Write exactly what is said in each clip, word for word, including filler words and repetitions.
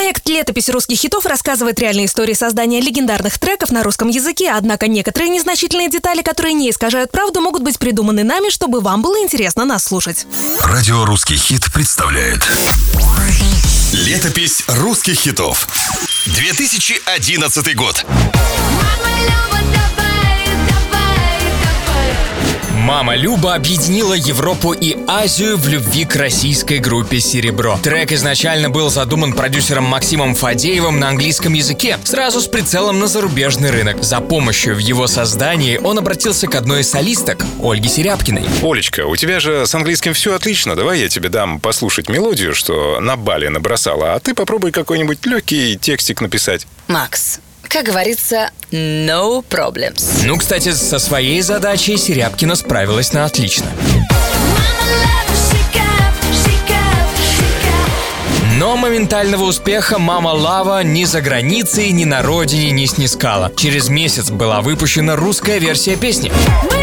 Проект «Летопись русских хитов» рассказывает реальные истории создания легендарных треков на русском языке, однако некоторые незначительные детали, которые не искажают правду, могут быть придуманы нами, чтобы вам было интересно нас слушать. Радио «Русский хит» представляет «Летопись русских хитов». две тысячи одиннадцатый год. «Мама Люба» объединила Европу и Азию в любви к российской группе «Серебро». Трек изначально был задуман продюсером Максимом Фадеевым на английском языке, сразу с прицелом на зарубежный рынок. За помощью в его создании он обратился к одной из солисток, Ольге Серябкиной. Олечка, у тебя же с английским все отлично. Давай я тебе дам послушать мелодию, что на бале набросала, а ты попробуй какой-нибудь легкий текстик написать. Макс, как говорится, no problems. Ну, кстати, со своей задачей Серябкина справилась на отлично. Но моментального успеха «Мама Лава» ни за границей, ни на родине не снискала. Через месяц была выпущена русская версия песни.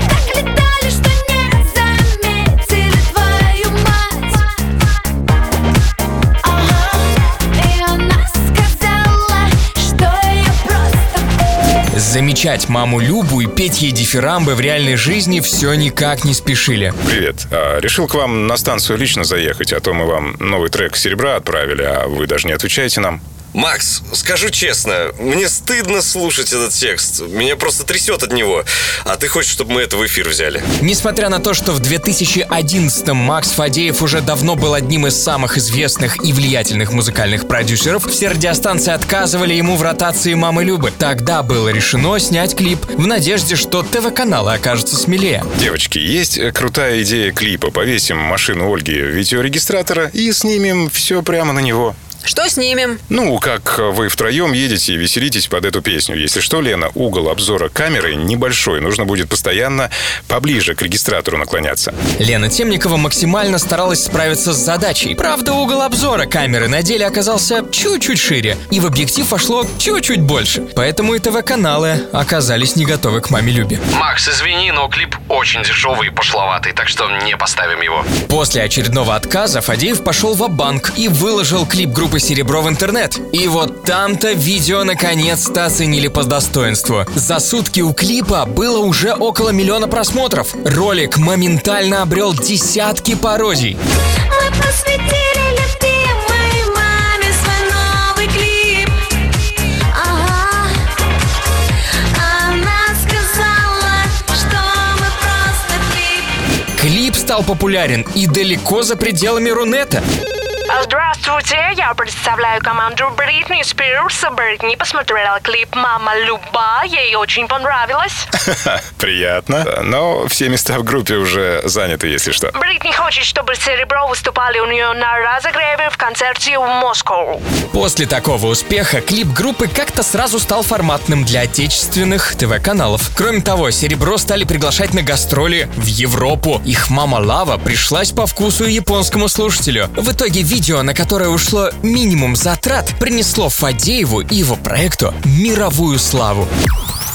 Замечать маму Любу и петь ей дифирамбы в реальной жизни все никак не спешили. Привет. А, решил к вам на станцию лично заехать, а то мы вам новый трек «Серебра» отправили, а вы даже не отвечаете нам. Макс, скажу честно, мне стыдно слушать этот текст. Меня просто трясет от него. А ты хочешь, чтобы мы это в эфир взяли? Несмотря на то, что в две тысячи одиннадцатом Макс Фадеев уже давно был одним из самых известных и влиятельных музыкальных продюсеров, все радиостанции отказывали ему в ротации «Мамы Любы». Тогда было решено снять клип в надежде, что ТВ-каналы окажутся смелее. Девочки, есть крутая идея клипа. Повесим машину Ольги в видеорегистратора и снимем все прямо на него. Что снимем? Ну, как вы втроем едете и веселитесь под эту песню. Если что, Лена, угол обзора камеры небольшой. Нужно будет постоянно поближе к регистратору наклоняться. Лена Темникова максимально старалась справиться с задачей. Правда, угол обзора камеры на деле оказался чуть-чуть шире, и в объектив вошло чуть-чуть больше. Поэтому и ТВ-каналы оказались не готовы к «Маме Любе». Макс, извини, но клип очень дешевый и пошловатый, так что не поставим его. После очередного отказа Фадеев пошел ва-банк и выложил клип группы «Серебро» в интернет. И вот там-то видео наконец-то оценили по достоинству. За сутки у клипа было уже около миллиона просмотров. Ролик моментально обрел десятки пародий. Мы посвятили любимой маме свой новый клип. Ага. Она сказала, что мы просто клип. Клип стал популярен и далеко за пределами Рунета. Здравствуйте, я представляю команду Бритни Спирс. Бритни посмотрела клип «Мама Люба», ей очень понравилось. Приятно, но все места в группе уже заняты, если что. Бритни хочет, чтобы «Серебро» выступали у нее на разогреве в концерте в Москву. После такого успеха клип группы как-то сразу стал форматным для отечественных ТВ-каналов. Кроме того, «Серебро» стали приглашать на гастроли в Европу. Их «Мама Лава» пришлась по вкусу и японскому слушателю. В итоге видео, на которое ушло минимум затрат, принесло Фадееву и его проекту мировую славу.